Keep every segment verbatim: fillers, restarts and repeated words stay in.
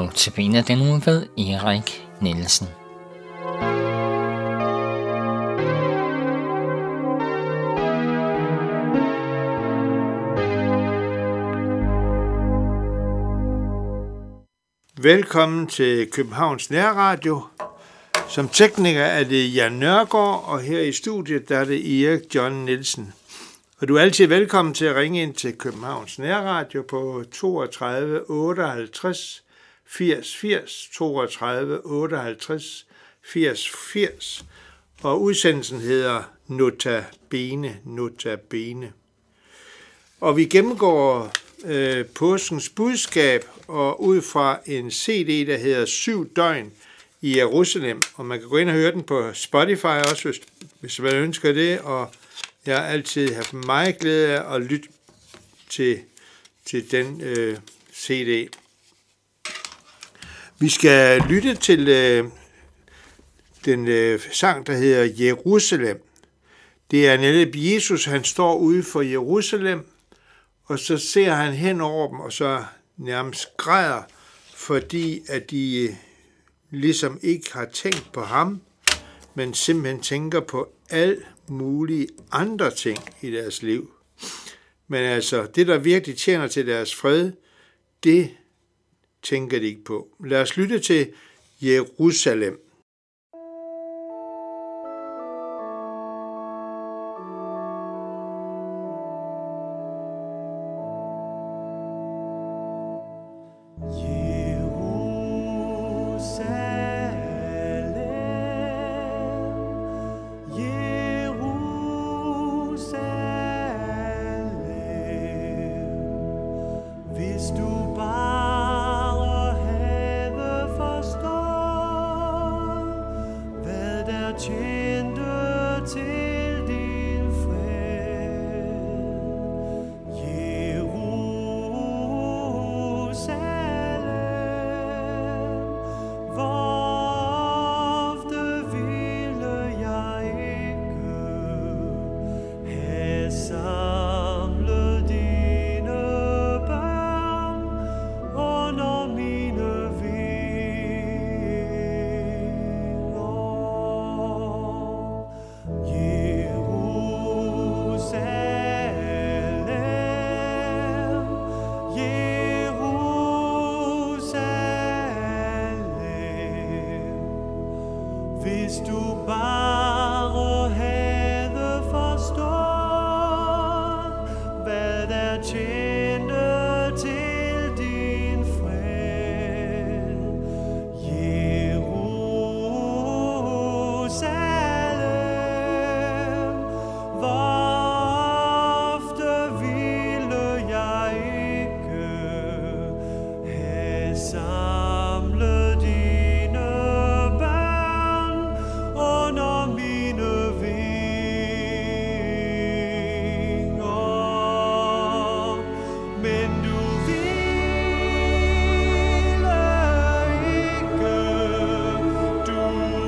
Notabene den uge ved Erik Nielsen. Velkommen til Københavns Nærradio. Som tekniker er det Jan Nørgaard, og her i studiet der er det Erik John Nielsen. Og du er altid velkommen til at ringe ind til Københavns Nærradio på toogtredive otteoghalvtreds firs firs, toogtredive otteoghalvtreds firs firs, og udsendelsen hedder Notabene, Notabene. Og vi gennemgår øh, påskens budskab, og ud fra en C D, der hedder Syv døgn i Jerusalem, og man kan gå ind og høre den på Spotify også, hvis, hvis man ønsker det, og jeg har altid haft meget glæde af at lytte til, til den øh, C D. Vi skal lytte til øh, den øh, sang, der hedder Jerusalem. Det er netop Jesus, han står ude for Jerusalem, og så ser han hen over dem, og så nærmest græder, fordi at de øh, ligesom ikke har tænkt på ham, men simpelthen tænker på alt mulige andre ting i deres liv. Men altså, det der virkelig tjener til deres fred, det tænker de ikke på. Lad os lytte til Jerusalem. Hvis du bare havde forstået, hvad der tjente til din fred. Jerusalem, hvor ofte ville jeg ikke have samlet dine børn under mine vinger, men du ville ikke, du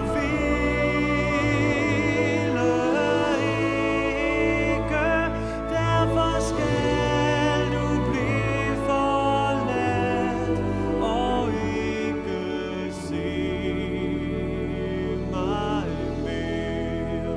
ville ikke, derfor skal du blive forladt og ikke se mig mere.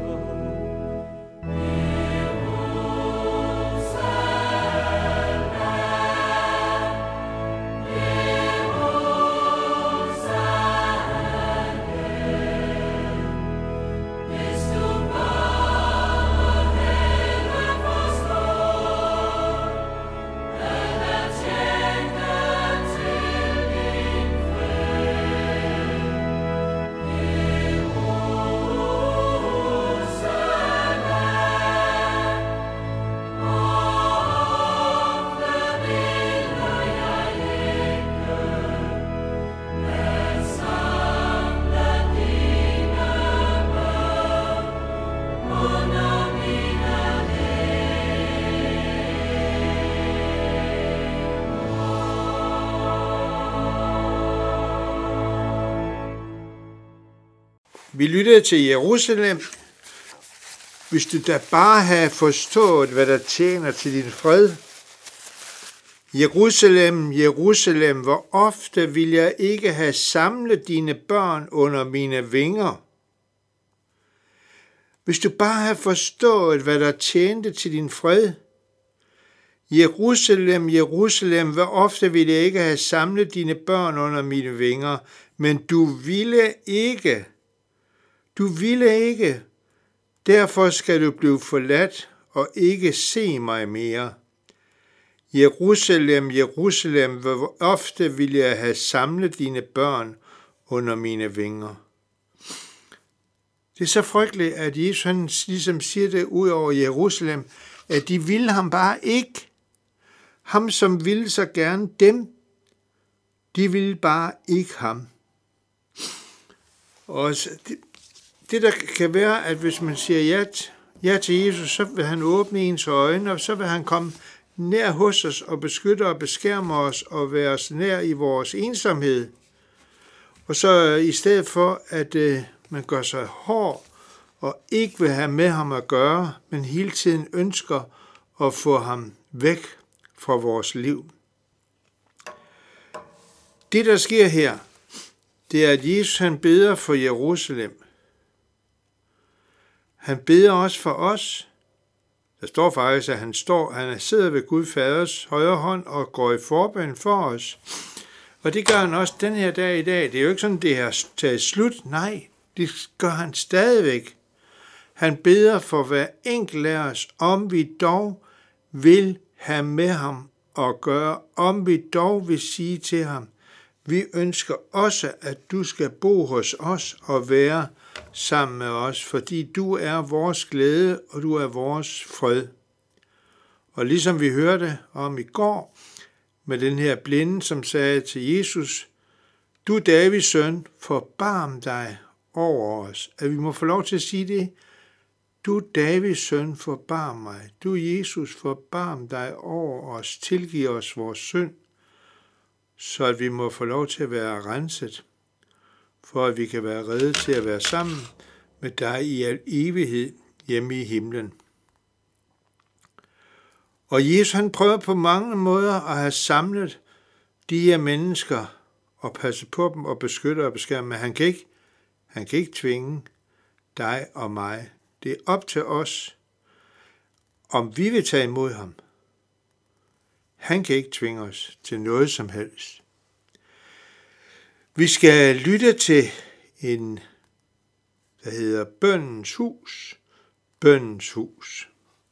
Hvis du bare havde forstået, hvad der tjente til din fred. Vi lyttede til Jerusalem. Hvis du da bare havde forstået, hvad der tjener til din fred. Jerusalem, Jerusalem, hvor ofte vil jeg ikke have samlet dine børn under mine vinger. Hvis du bare havde forstået, hvad der tjente til din fred. Jerusalem, Jerusalem, hvor ofte ville jeg ikke have samlet dine børn under mine vinger, men du ville ikke. Du ville ikke. Derfor skal du blive forladt og ikke se mig mere. Jerusalem, Jerusalem, hvor ofte ville jeg have samlet dine børn under mine vinger. Det er så frygteligt, at Jesus han ligesom siger det ud over Jerusalem, at de ville ham bare ikke. Ham, som ville så gerne dem, de ville bare ikke ham. Og det, det der kan være, at hvis man siger ja, ja til Jesus, så vil han åbne ens øjne, og så vil han komme nær hos os og beskytte og beskærme os og være os nær i vores ensomhed. Og så i stedet for, at øh, man gør sig hård og ikke vil have med ham at gøre, men hele tiden ønsker at få ham væk fra vores liv. Det, der sker her, det er, at Jesus han beder for Jerusalem. Han beder også for os. Der står faktisk, at han, står, han sidder ved Gud Faders højre hånd og går i forbøn for os. Og det gør han også den her dag i dag. Det er jo ikke sådan, det er taget slut. Nej, det gør han stadigvæk. Han beder for hver enkelt af os, om vi dog vil have med ham at gøre, om vi dog vil sige til ham, vi ønsker også, at du skal bo hos os og være sammen med os, fordi du er vores glæde, og du er vores fred. Og ligesom vi hørte om i går, med den her blinde, som sagde til Jesus, du Davids søn, forbarm dig over os. At vi må få lov til at sige det, du Davids søn, forbarm mig. Du Jesus, forbarm dig over os. Tilgiv os vores synd, så at vi må få lov til at være renset, for at vi kan være rede til at være sammen med dig i al evighed hjemme i himlen. Og Jesus han prøver på mange måder at have samlet de her mennesker og passe på dem og beskytte og beskærme, men han kan ikke, han kan ikke tvinge dig og mig. Det er op til os, om vi vil tage imod ham. Han kan ikke tvinge os til noget som helst. Vi skal lytte til en, der hedder Bønnens Hus. Bønnens Hus.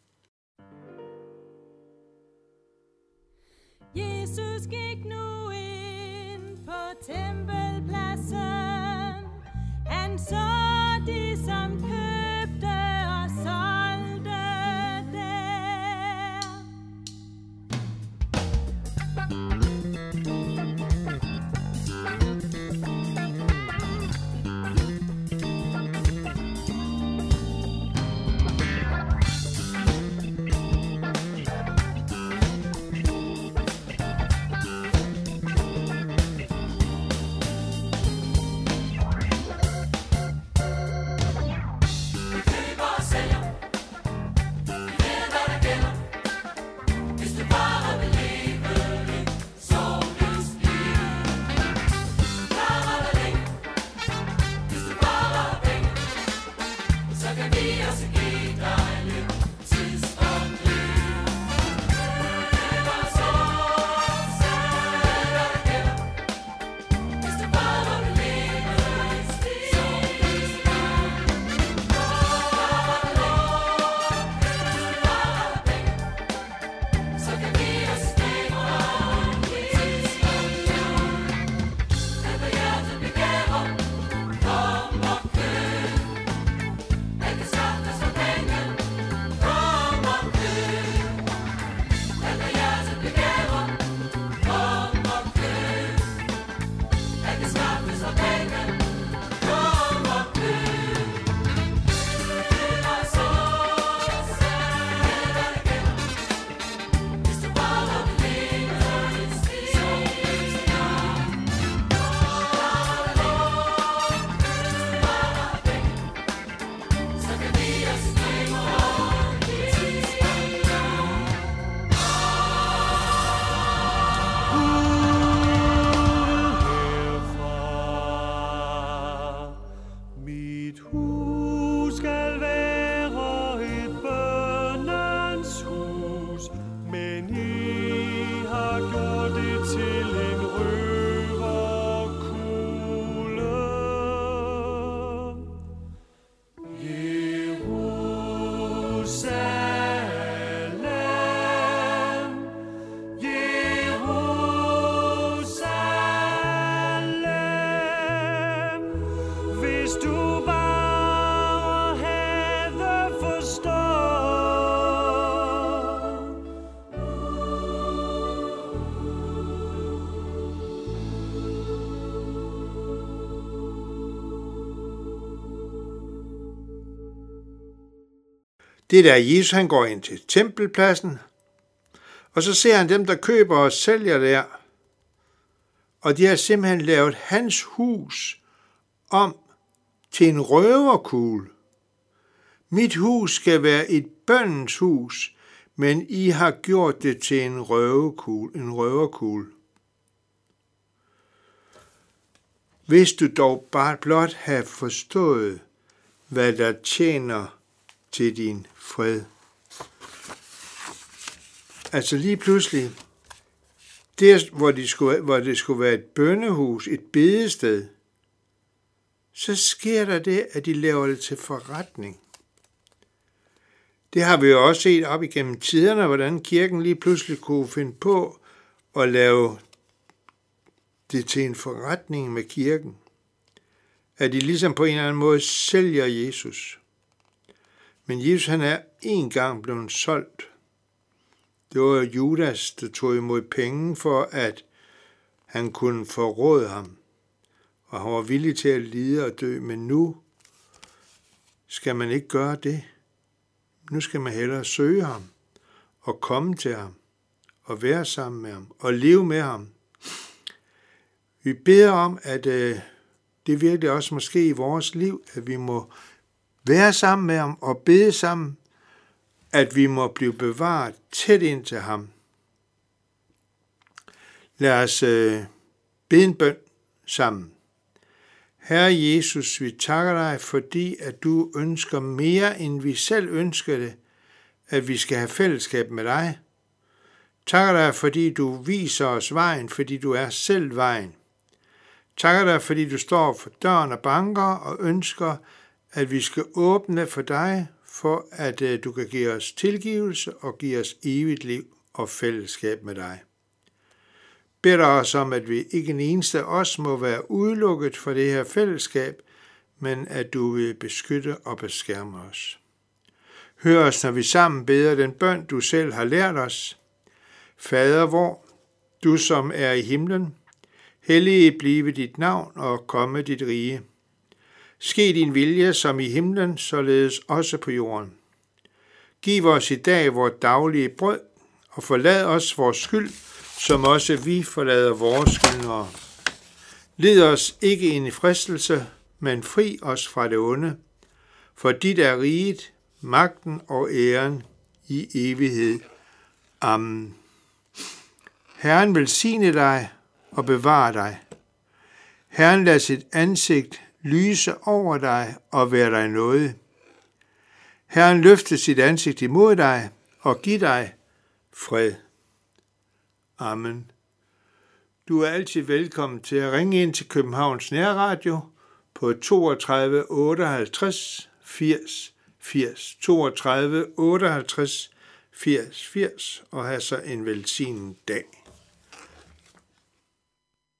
Jesus gik nu ind på tempelpladsen. Han så de, som købte og solgte der. Hvis du bare havde forstået. Det der Jesus, han går ind til tempelpladsen, og så ser han dem, der køber og sælger der, og de har simpelthen lavet hans hus om til en røverkugle. Mit hus skal være et bøndens hus, men I har gjort det til en røverkugle. En røverkugle. Hvis du dog bare blot have forstået, hvad der tjener til din fred. Altså lige pludselig, der hvor, de skulle, hvor det skulle være et bønnehus, et bedested, så sker der det, at de laver det til forretning. Det har vi jo også set op igennem tiderne, hvordan kirken lige pludselig kunne finde på at lave det til en forretning med kirken. At de ligesom på en eller anden måde sælger Jesus. Men Jesus, han er en gang blevet solgt. Det var Judas, der tog imod penge for, at han kunne forråde ham. Og han var villig til at lide og dø, men nu skal man ikke gøre det. Nu skal man hellere søge ham og komme til ham og være sammen med ham og leve med ham. Vi beder om, at øh, det virkelig også måske i vores liv, at vi må være sammen med ham og bede sammen, at vi må blive bevaret tæt ind til ham. Lad os øh, bede en bøn sammen. Herre Jesus, vi takker dig, fordi at du ønsker mere, end vi selv ønsker det, at vi skal have fællesskab med dig. Takker dig, fordi du viser os vejen, fordi du er selv vejen. Takker dig, fordi du står for døren og banker og ønsker, at vi skal åbne for dig, for at uh, du kan give os tilgivelse og give os evigt liv og fællesskab med dig. Bed os om, at vi ikke en eneste af os må være udelukket fra det her fællesskab, men at du vil beskytte og beskærme os. Hør os, når vi sammen beder den bøn, du selv har lært os. Fader vor, du som er i himlen, hellige blive dit navn og komme dit rige. Ske din vilje som i himlen, således også på jorden. Giv os i dag vores daglige brød, og forlad os vores skyld, som også vi forlader vores skyldnere. Led os ikke ind i fristelse, men fri os fra det onde, for dit er riget, magten og æren i evighed. Amen. Herren velsigne dig og bevare dig. Herren lad sit ansigt lyse over dig og være dig nåde. Herren løfte sit ansigt imod dig og give dig fred. Amen. Du er altid velkommen til at ringe ind til Københavns Nærradio på toogtredive otteoghalvtreds firs firs, toogtredive otteoghalvtreds firs firs og have så en velsignet dag.